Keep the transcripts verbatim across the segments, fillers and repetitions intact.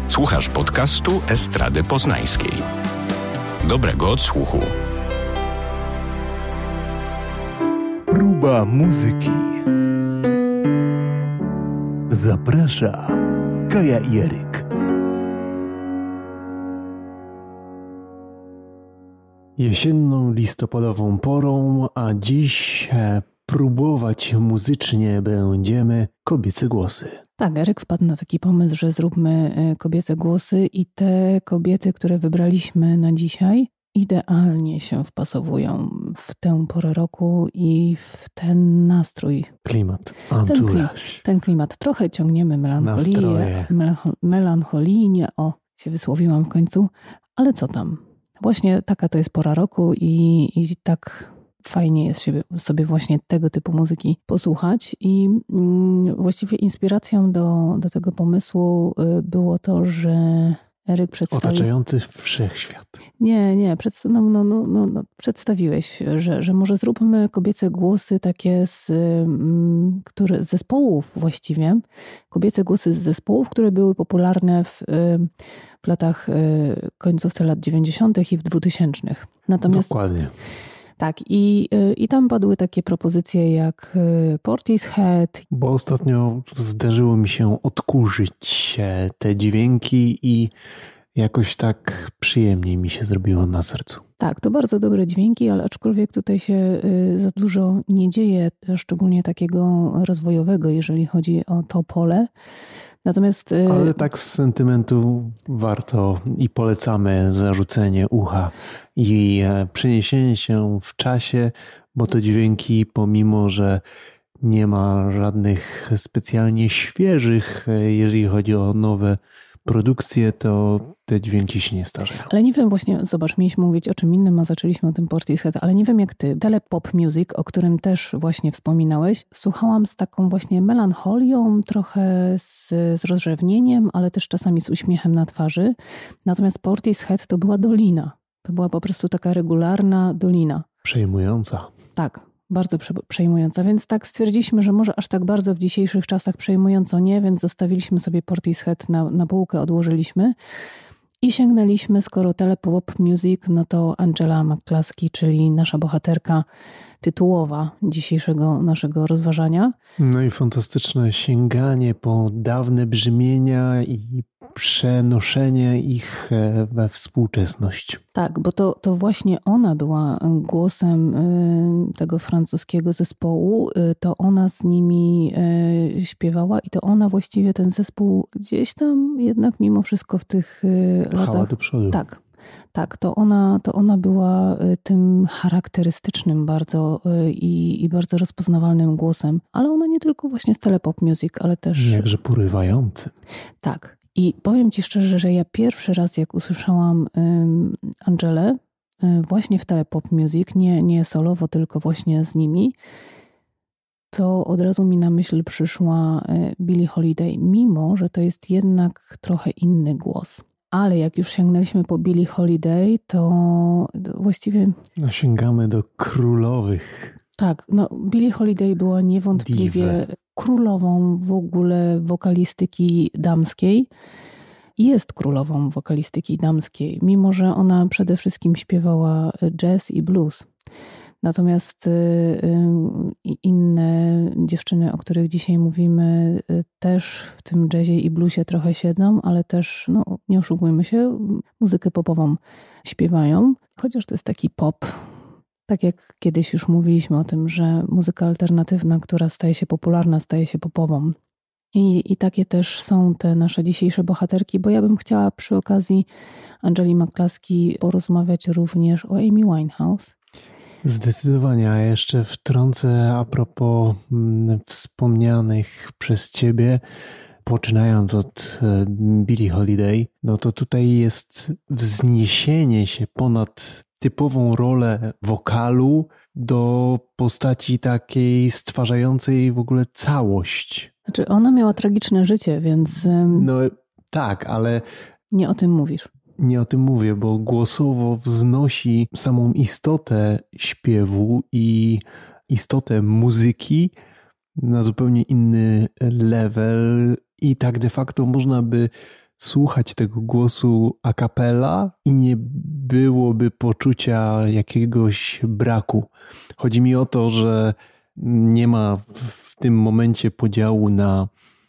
Słuchasz podcastu Estrady Poznańskiej. Dobrego odsłuchu. Próba muzyki. Zaprasza Kaja i Eryk. Jesienną, listopadową porą, a dziś próbować muzycznie będziemy kobiece głosy. Tak, Eryk wpadł na taki pomysł, że zróbmy kobiece głosy i te kobiety, które wybraliśmy na dzisiaj, idealnie się wpasowują w tę porę roku i w ten nastrój. Klimat, ten, klimat ten klimat. Trochę ciągniemy melancholię, melancho- melancholijnie, o, się wysłowiłam w końcu, ale co tam? Właśnie taka to jest pora roku i, i tak fajnie jest sobie, sobie właśnie tego typu muzyki posłuchać i mm, właściwie inspiracją do, do tego pomysłu było to, że Eryk przedstawił... Otaczający wszechświat. Nie, nie, przedst... no, no, no, no, no, przedstawiłeś, że, że może zróbmy kobiece głosy takie z, mm, które, z zespołów właściwie, kobiece głosy z zespołów, które były popularne w, w latach, końcówce lat dziewięćdziesiątych i w dwutysięcznych. Natomiast, Dokładnie. Tak, i, i tam padły takie propozycje jak Portishead. Bo ostatnio zdarzyło mi się odkurzyć te dźwięki i jakoś tak przyjemniej mi się zrobiło na sercu. Tak, to bardzo dobre dźwięki, ale aczkolwiek tutaj się za dużo nie dzieje, szczególnie takiego rozwojowego, jeżeli chodzi o to pole. Natomiast... Ale tak z sentymentu warto i polecamy zarzucenie ucha i przeniesienie się w czasie, bo te dźwięki, pomimo że nie ma żadnych specjalnie świeżych, jeżeli chodzi o nowe produkcje, to te dźwięki się nie starzeją. Ale nie wiem, właśnie, zobacz, mieliśmy mówić o czym innym, a zaczęliśmy o tym Portishead, ale nie wiem jak ty. Telepop music, o którym też właśnie wspominałeś, słuchałam z taką właśnie melancholią, trochę z, z rozrzewnieniem, ale też czasami z uśmiechem na twarzy. Natomiast Portishead to była dolina. To była po prostu taka regularna dolina. Przejmująca. Tak. Bardzo przejmująca, więc tak stwierdziliśmy, że może aż tak bardzo w dzisiejszych czasach przejmująco nie, więc zostawiliśmy sobie Portishead na, na półkę, odłożyliśmy i sięgnęliśmy, skoro telepop music, no to Angela McCluskey, czyli nasza bohaterka tytułowa dzisiejszego naszego rozważania. No i fantastyczne sięganie po dawne brzmienia i przenoszenie ich we współczesność. Tak, bo to, to właśnie ona była głosem tego francuskiego zespołu, to ona z nimi śpiewała i to ona właściwie ten zespół gdzieś tam jednak mimo wszystko w tych Pchała latach... do przodu. Tak. Tak, to ona, to ona była tym charakterystycznym bardzo i, i bardzo rozpoznawalnym głosem, ale ona nie tylko właśnie z telepop music, ale też... Jakże porywającym. Tak. I powiem ci szczerze, że ja pierwszy raz jak usłyszałam Angelę właśnie w telepop music, nie, nie solowo, tylko właśnie z nimi, to od razu mi na myśl przyszła Billie Holiday, mimo że to jest jednak trochę inny głos. Ale jak już sięgnęliśmy po Billie Holiday, to właściwie... No, sięgamy do królowych. Tak, no Billie Holiday była niewątpliwie Diwy. królową w ogóle wokalistyki damskiej. Jest królową wokalistyki damskiej, mimo że ona przede wszystkim śpiewała jazz i blues. Natomiast inne dziewczyny, o których dzisiaj mówimy, też w tym jazzie i bluesie trochę siedzą, ale też, no nie oszukujmy się, muzykę popową śpiewają. Chociaż to jest taki pop, tak jak kiedyś już mówiliśmy o tym, że muzyka alternatywna, która staje się popularna, staje się popową. I, i takie też są te nasze dzisiejsze bohaterki, bo ja bym chciała przy okazji Angeli McCluskey porozmawiać również o Amy Winehouse. Zdecydowanie, a jeszcze wtrącę a propos mm, wspomnianych przez ciebie, poczynając od Billie Holiday, no to tutaj jest wzniesienie się ponad typową rolę wokalu do postaci takiej stwarzającej w ogóle całość. Znaczy ona miała tragiczne życie, więc... No tak, ale... Nie o tym mówisz. Nie o tym mówię, bo głosowo wznosi samą istotę śpiewu i istotę muzyki na zupełnie inny level i tak de facto można by słuchać tego głosu a cappella i nie byłoby poczucia jakiegoś braku. Chodzi mi o to, że nie ma w tym momencie podziału na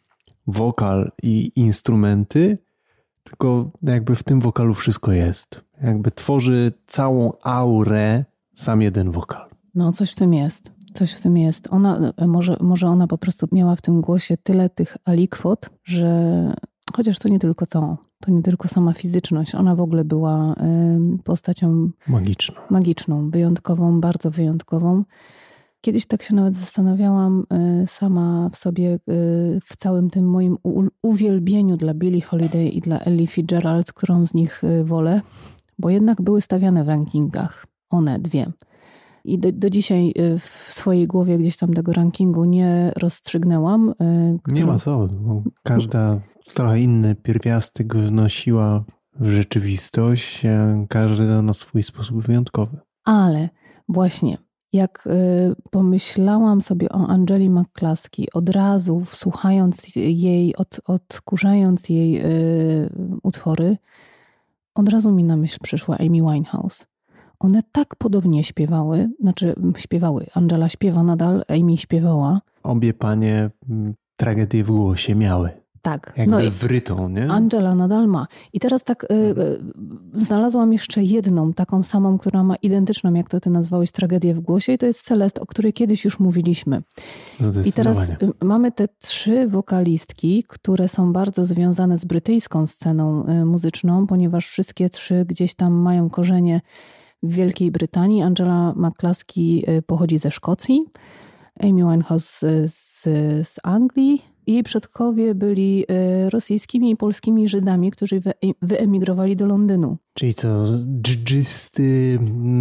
wokal i instrumenty, tylko jakby w tym wokalu wszystko jest. Jakby tworzy całą aurę sam jeden wokal. No coś w tym jest. Coś w tym jest. Ona, może, może ona po prostu miała w tym głosie tyle tych alikwot, że chociaż to nie tylko to, to nie tylko sama fizyczność, ona w ogóle była postacią magiczną, magiczną, wyjątkową, bardzo wyjątkową. Kiedyś tak się nawet zastanawiałam sama w sobie, w całym tym moim uwielbieniu dla Billie Holiday i dla Ellie Fitzgerald, którą z nich wolę, bo jednak były stawiane w rankingach, one dwie. I do, do dzisiaj w swojej głowie gdzieś tam tego rankingu nie rozstrzygnęłam. Którą... Nie ma co. Każda trochę inny pierwiastek wnosiła w rzeczywistość, a każdy na swój sposób wyjątkowy. Ale właśnie, jak pomyślałam sobie o Angeli McCluskey, od razu słuchając jej, od, odkurzając jej utwory, od razu mi na myśl przyszła Amy Winehouse. One tak podobnie śpiewały, znaczy śpiewały. Angela śpiewa nadal, Amy śpiewała. Obie panie tragedię w głosie miały. Tak. Jakby no wrytą, nie? Angela nadal ma. I teraz tak y, y, znalazłam jeszcze jedną, taką samą, która ma identyczną, jak to ty nazwałeś, tragedię w głosie i to jest Celeste, o której kiedyś już mówiliśmy. I teraz y, mamy te trzy wokalistki, które są bardzo związane z brytyjską sceną y, muzyczną, ponieważ wszystkie trzy gdzieś tam mają korzenie w Wielkiej Brytanii. Angela McCluskey pochodzi ze Szkocji, Amy Winehouse z, z Anglii. Jej przodkowie byli rosyjskimi i polskimi Żydami, którzy wyemigrowali do Londynu. Czyli co, dżdżysty,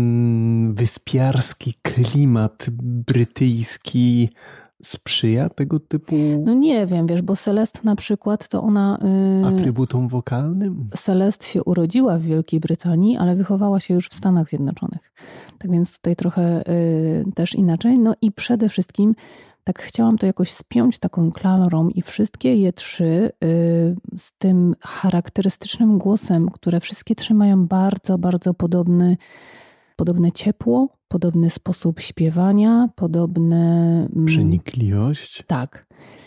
wyspiarski klimat brytyjski sprzyja tego typu... No nie wiem, wiesz, bo Celeste na przykład to ona... Atrybutom wokalnym? Celeste się urodziła w Wielkiej Brytanii, ale wychowała się już w Stanach Zjednoczonych. Tak więc tutaj trochę y, też inaczej. No i przede wszystkim tak chciałam to jakoś spiąć taką klamrą i wszystkie je trzy y, z tym charakterystycznym głosem, które wszystkie trzy mają bardzo, bardzo podobny, podobne ciepło, podobny sposób śpiewania, podobne... Przenikliwość. Tak.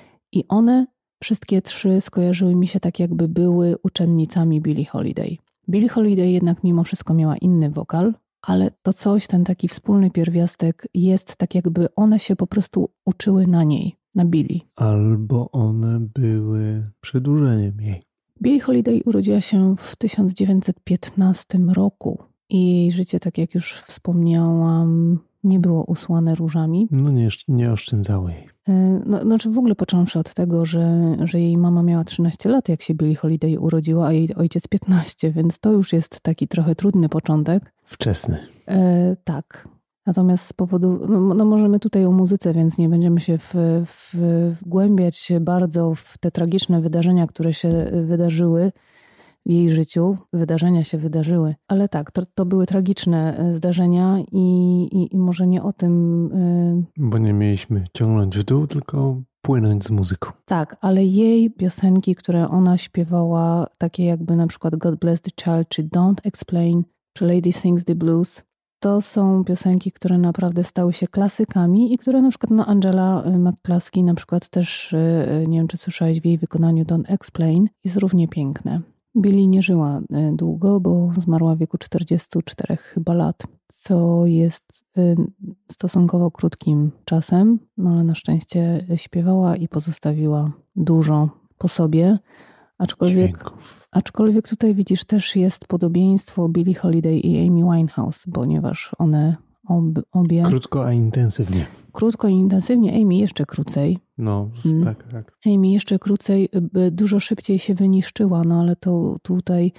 I one wszystkie trzy skojarzyły mi się tak, jakby były uczennicami Billie Holiday. Billie Holiday jednak mimo wszystko miała inny wokal, ale to coś, ten taki wspólny pierwiastek jest tak, jakby one się po prostu uczyły na niej, na Billie. Albo one były przedłużeniem jej. Billie Holiday urodziła się w tysiąc dziewięćset piętnastym roku i jej życie, tak jak już wspomniałam, nie było usłane różami. No nie, nie oszczędzało jej. No, znaczy w ogóle począwszy od tego, że, że jej mama miała trzynaście lat, jak się Billie Holiday urodziła, a jej ojciec piętnaście, więc to już jest taki trochę trudny początek. Wczesny. E, tak. Natomiast z powodu, no, no możemy tutaj o muzyce, więc nie będziemy się w, w, wgłębiać bardzo w te tragiczne wydarzenia, które się wydarzyły w jej życiu. Wydarzenia się wydarzyły. Ale tak, to, to były tragiczne zdarzenia i, i, i może nie o tym... Yy... Bo nie mieliśmy ciągnąć w dół, tylko płynąć z muzyką. Tak, ale jej piosenki, które ona śpiewała, takie jakby na przykład God Bless the Child, czy Don't Explain, czy Lady Sings the Blues, to są piosenki, które naprawdę stały się klasykami i które na przykład no Angela McCluskey na przykład też, nie wiem czy słyszałeś, w jej wykonaniu Don't Explain, jest równie piękne. Billie nie żyła długo, bo zmarła w wieku czterdziestu czterech chyba lat, co jest stosunkowo krótkim czasem, no ale na szczęście śpiewała i pozostawiła dużo po sobie, aczkolwiek, aczkolwiek tutaj widzisz też jest podobieństwo Billie Holiday i Amy Winehouse, ponieważ one ob, obie... Krótko, a intensywnie. Krótko i intensywnie, Amy jeszcze krócej. No, hmm. tak, tak. Amy jeszcze krócej, dużo szybciej się wyniszczyła, no ale to tutaj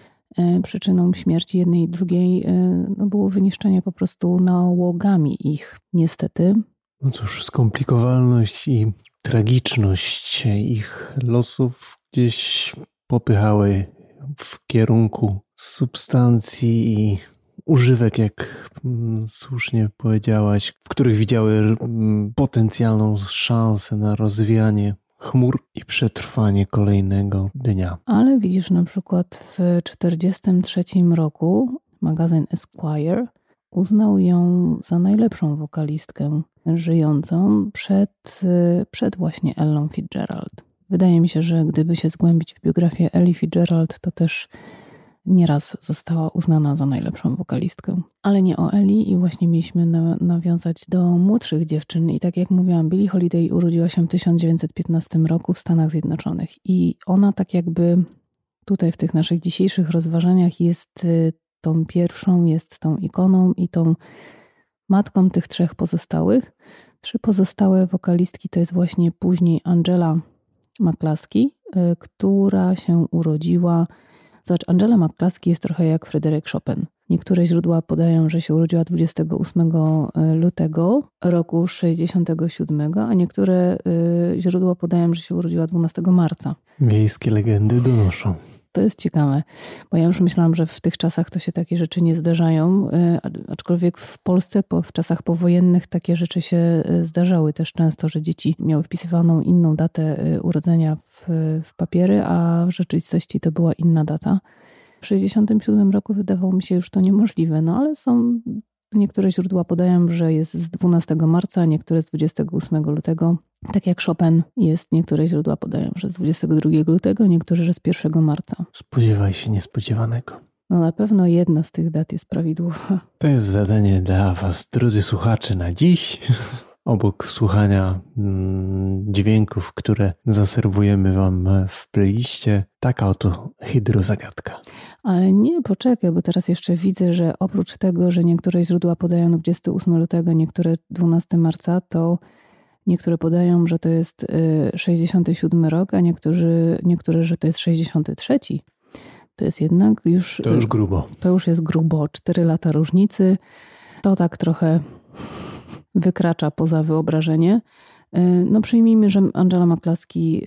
e, przyczyną śmierci jednej i drugiej e, no było wyniszczenie po prostu nałogami ich, niestety. No cóż, skomplikowalność i tragiczność ich losów gdzieś popychały w kierunku substancji i używek, jak słusznie powiedziałaś, w których widziały potencjalną szansę na rozwijanie chmur i przetrwanie kolejnego dnia. Ale widzisz, na przykład w czterdziestym trzecim roku magazyn Esquire uznał ją za najlepszą wokalistkę żyjącą przed, przed właśnie Ellą Fitzgerald. Wydaje mi się, że gdyby się zgłębić w biografię Elli Fitzgerald, to też nieraz została uznana za najlepszą wokalistkę. Ale nie o Elli i właśnie mieliśmy na, nawiązać do młodszych dziewczyn. I tak jak mówiłam, Billie Holiday urodziła się w tysiąc dziewięćset piętnastym roku w Stanach Zjednoczonych. I ona tak jakby tutaj w tych naszych dzisiejszych rozważaniach jest tą pierwszą, jest tą ikoną i tą matką tych trzech pozostałych. Trzy pozostałe wokalistki to jest właśnie później Angela McCluskey, która się urodziła. Zobacz, Angela McCluskey jest trochę jak Fryderyk Chopin. Niektóre źródła podają, że się urodziła dwudziestego ósmego lutego roku sześćdziesiątego siódmego, a niektóre źródła podają, że się urodziła dwunastego marca. Wiejskie legendy donoszą. To jest ciekawe, bo ja już myślałam, że w tych czasach to się takie rzeczy nie zdarzają, aczkolwiek w Polsce po, w czasach powojennych takie rzeczy się zdarzały też często, że dzieci miały wpisywaną inną datę urodzenia w, w papiery, a w rzeczywistości to była inna data. W sześćdziesiątym siódmym roku wydawało mi się już to niemożliwe, no ale są niektóre źródła podają, że jest z dwunastego marca, niektóre z dwudziestego ósmego lutego. Tak jak Chopin jest, niektóre źródła podają, że z dwudziestego drugiego lutego, niektóre, że z pierwszego marca. Spodziewaj się niespodziewanego. No na pewno jedna z tych dat jest prawidłowa. To jest zadanie dla was, drodzy słuchacze, na dziś. Obok słuchania mm, dźwięków, które zaserwujemy wam w playliście, taka oto hydrozagadka. Ale nie, poczekaj, bo teraz jeszcze widzę, że oprócz tego, że niektóre źródła podają dwudziestego ósmego lutego, niektóre dwunastego marca, to niektóre podają, że to jest sześćdziesiąty siódmy rok, a niektórzy, niektóre, że to jest sześćdziesiąty trzeci. To jest jednak już... To już grubo. To już jest grubo. Cztery lata różnicy. To tak trochę wykracza poza wyobrażenie. No przyjmijmy, że Angela McCluskey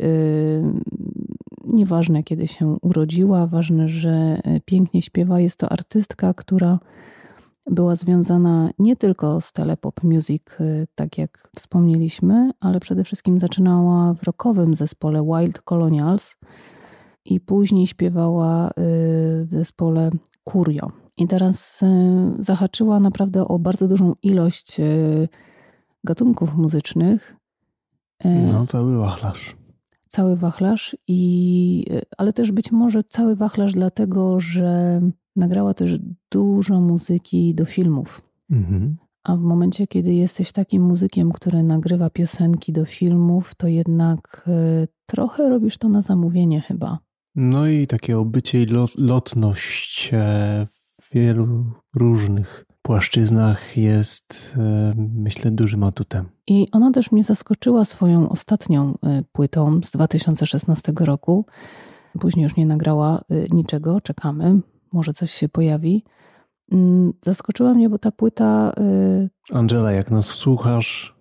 nieważne kiedy się urodziła, ważne, że pięknie śpiewa. Jest to artystka, która była związana nie tylko z telepop music, tak jak wspomnieliśmy, ale przede wszystkim zaczynała w rockowym zespole Wild Colonials i później śpiewała w zespole Curio. I teraz zahaczyła naprawdę o bardzo dużą ilość gatunków muzycznych. No, cały wachlarz. Cały wachlarz, i, ale też być może cały wachlarz dlatego, że nagrała też dużo muzyki do filmów. Mhm. A w momencie, kiedy jesteś takim muzykiem, który nagrywa piosenki do filmów, to jednak trochę robisz to na zamówienie chyba. No i takie obycie i lot, lotność w wielu różnych płaszczyznach jest, myślę, dużym atutem. I ona też mnie zaskoczyła swoją ostatnią płytą z dwa tysiące szesnastego roku. Później już nie nagrała niczego, czekamy, może coś się pojawi. Zaskoczyła mnie, bo ta płyta... Angela, jak nas słuchasz,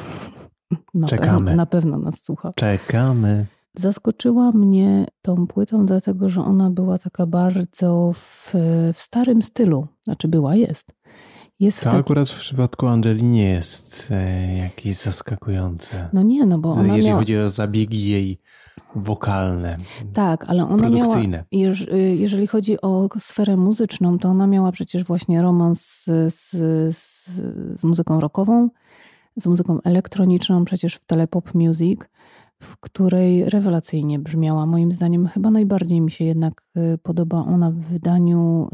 na czekamy. Pewno, na pewno nas słucha. Czekamy. Zaskoczyła mnie tą płytą, dlatego że ona była taka bardzo w, w starym stylu. Znaczy była, jest. jest to taki... akurat w przypadku Angeli nie jest e, jakieś zaskakujące. No nie, no bo ona Jeżeli miała... chodzi o zabiegi jej wokalne, tak, ale ona miała, jeż, jeżeli chodzi o sferę muzyczną, to ona miała przecież właśnie romans z, z, z muzyką rockową, z muzyką elektroniczną, przecież w telepop music, w której rewelacyjnie brzmiała. Moim zdaniem chyba najbardziej mi się jednak podoba ona w wydaniu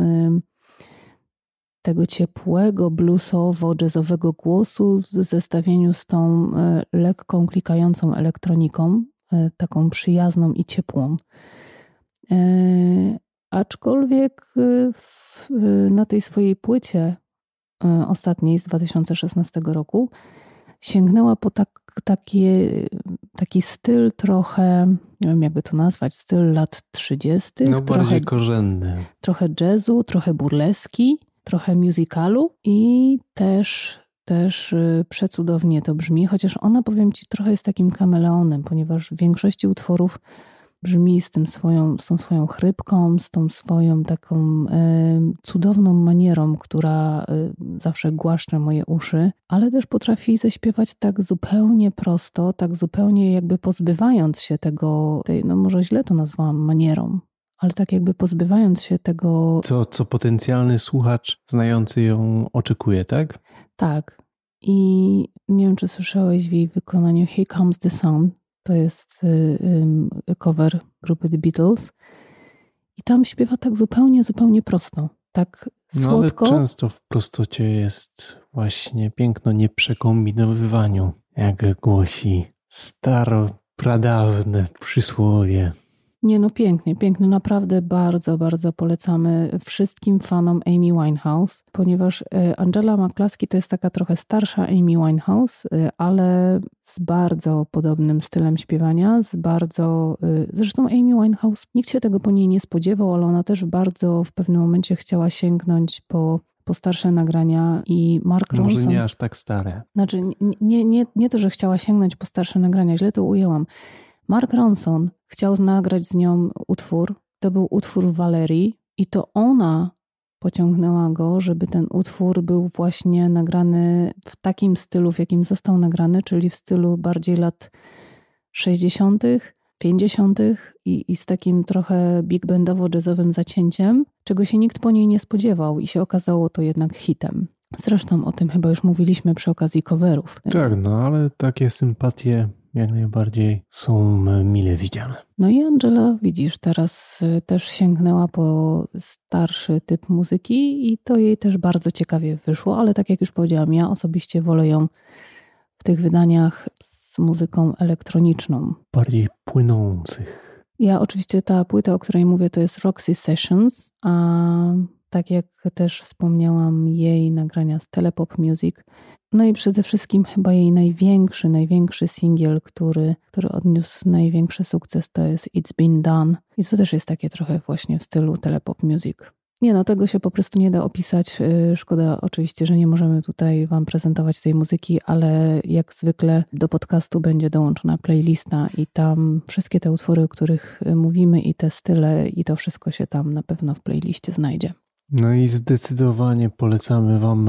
tego ciepłego, bluesowo-jazzowego głosu w zestawieniu z tą lekką, klikającą elektroniką, taką przyjazną i ciepłą. E, aczkolwiek w, na tej swojej płycie ostatniej z dwa tysiące szesnastego roku sięgnęła po tak, takie, taki styl trochę, nie wiem jakby to nazwać, styl lat trzydziestych. No bardziej trochę, korzenny. Trochę jazzu, trochę burleski, trochę musicalu i też, też przecudownie to brzmi, chociaż ona, powiem ci, trochę jest takim kameleonem, ponieważ w większości utworów brzmi z tym swoją, z tą swoją chrypką, z tą swoją taką y, cudowną manierą, która y, zawsze głaszcze moje uszy, ale też potrafi zaśpiewać tak zupełnie prosto, tak zupełnie jakby pozbywając się tego, tej, no może źle to nazwałam manierą, ale tak jakby pozbywając się tego... Co, co potencjalny słuchacz znający ją oczekuje, tak? Tak. I nie wiem, czy słyszałeś w jej wykonaniu Here Comes the Sun. To jest cover grupy The Beatles. I tam śpiewa tak zupełnie, zupełnie prosto. Tak słodko. No ale często w prostocie jest właśnie piękno nieprzekombinowywaniu, jak głosi staropradawne przysłowie. Nie no, pięknie, pięknie. Naprawdę bardzo, bardzo polecamy wszystkim fanom Amy Winehouse, ponieważ Angela McCluskey to jest taka trochę starsza Amy Winehouse, ale z bardzo podobnym stylem śpiewania, z bardzo... Zresztą Amy Winehouse, nikt się tego po niej nie spodziewał, ale ona też bardzo w pewnym momencie chciała sięgnąć po po starsze nagrania i Mark Ronson... Może nie aż tak stare. Znaczy nie, nie, nie to, że chciała sięgnąć po starsze nagrania, źle to ujęłam. Mark Ronson chciał nagrać z nią utwór, to był utwór Valerii i to ona pociągnęła go, żeby ten utwór był właśnie nagrany w takim stylu, w jakim został nagrany, czyli w stylu bardziej lat sześćdziesiątych, pięćdziesiątych i, i z takim trochę big bandowo-jazzowym zacięciem, czego się nikt po niej nie spodziewał i się okazało to jednak hitem. Zresztą o tym chyba już mówiliśmy przy okazji coverów. Tak, no ale takie sympatie jak najbardziej są mile widziane. No i Angela, widzisz, teraz też sięgnęła po starszy typ muzyki i to jej też bardzo ciekawie wyszło, ale tak jak już powiedziałam, ja osobiście wolę ją w tych wydaniach z muzyką elektroniczną. Bardziej płynących. Ja oczywiście ta płyta, o której mówię, to jest Roxy Sessions, a tak jak też wspomniałam, jej nagrania z Telepop Music. No i przede wszystkim chyba jej największy, największy singiel, który, który odniósł największy sukces, to jest It's Been Done. I to też jest takie trochę właśnie w stylu Telepop Music. Nie no, tego się po prostu nie da opisać. Szkoda oczywiście, że nie możemy tutaj wam prezentować tej muzyki, ale jak zwykle do podcastu będzie dołączona playlista i tam wszystkie te utwory, o których mówimy i te style i to wszystko się tam na pewno w playliście znajdzie. No i zdecydowanie polecamy wam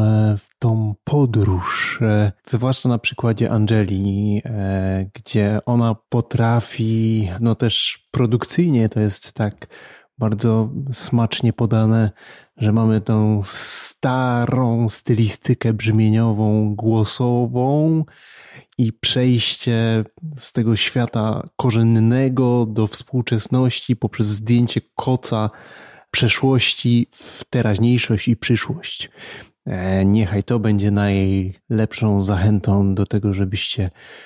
tą podróż, zwłaszcza na przykładzie Angeli, gdzie ona potrafi, no też produkcyjnie to jest tak bardzo smacznie podane, że mamy tą starą stylistykę brzmieniową, głosową i przejście z tego świata korzennego do współczesności poprzez zdjęcie koca przeszłości w teraźniejszość i przyszłość. Niechaj to będzie najlepszą zachętą do tego, żebyście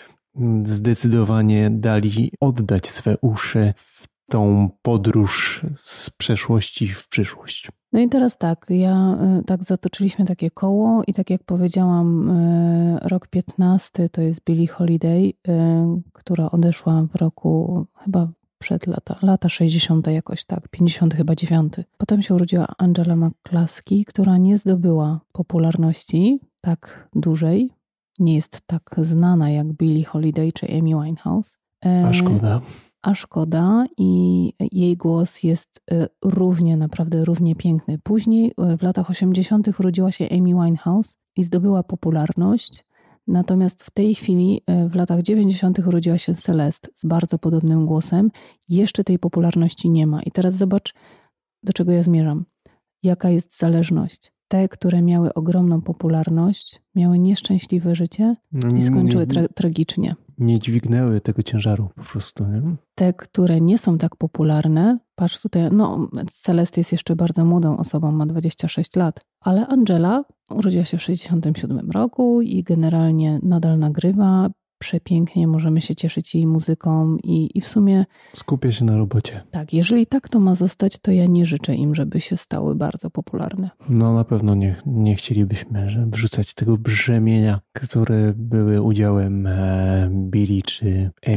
zdecydowanie dali oddać swe uszy w tą podróż z przeszłości w przyszłość. No i teraz tak, ja tak zatoczyliśmy takie koło i tak jak powiedziałam, rok piętnasty to jest Billie Holiday, która odeszła w roku chyba przed lata, lata sześćdziesiąte jakoś tak, pięćdziesiąty chyba dziewiąty. Potem się urodziła Angela McCluskey, która nie zdobyła popularności tak dużej, nie jest tak znana jak Billie Holiday czy Amy Winehouse. A szkoda. A szkoda i jej głos jest równie, naprawdę równie piękny. Później w latach osiemdziesiątych urodziła się Amy Winehouse i zdobyła popularność. Natomiast w tej chwili, w latach dziewięćdziesiątych urodziła się Celeste z bardzo podobnym głosem. Jeszcze tej popularności nie ma. I teraz zobacz, do czego ja zmierzam. Jaka jest zależność. Te, które miały ogromną popularność, miały nieszczęśliwe życie i skończyły tra- tragicznie. Nie dźwignęły tego ciężaru po prostu, nie? Te, które nie są tak popularne, patrz tutaj, no Celeste jest jeszcze bardzo młodą osobą, ma dwadzieścia sześć lat, ale Angela urodziła się w sześćdziesiątym siódmym roku i generalnie nadal nagrywa. Przepięknie możemy się cieszyć jej muzyką i, i w sumie... Skupia się na robocie. Tak, jeżeli tak to ma zostać, to ja nie życzę im, żeby się stały bardzo popularne. No na pewno nie, nie chcielibyśmy że wrzucać tego brzemienia, które były udziałem e, Billie czy Amy.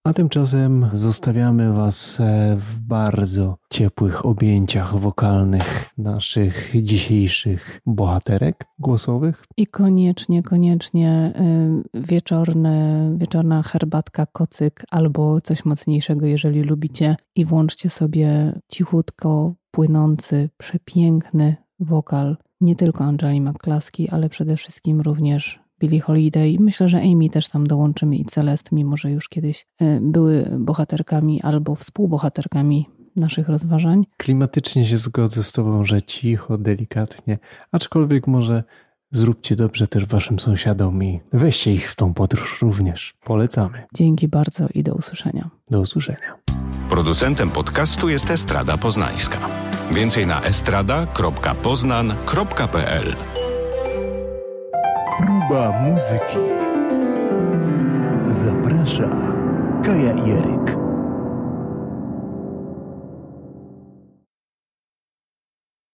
A tymczasem zostawiamy Was w bardzo ciepłych objęciach wokalnych naszych dzisiejszych bohaterek głosowych. I koniecznie, koniecznie wieczorne, wieczorna herbatka, kocyk albo coś mocniejszego, jeżeli lubicie. I włączcie sobie cichutko płynący, przepiękny wokal. Nie tylko Angeli McCluskey, ale przede wszystkim również Billie Holiday. Myślę, że Amy też tam dołączymy i Celeste, mimo że już kiedyś były bohaterkami albo współbohaterkami naszych rozważań. Klimatycznie się zgodzę z Tobą, że cicho, delikatnie, aczkolwiek może zróbcie dobrze też Waszym sąsiadom i weźcie ich w tą podróż również. Polecamy. Dzięki bardzo i do usłyszenia. Do usłyszenia. Producentem podcastu jest Estrada Poznańska. Więcej na estrada kropka poznan kropka p l. Próba muzyki. Zaprasza Kaja Jeryk.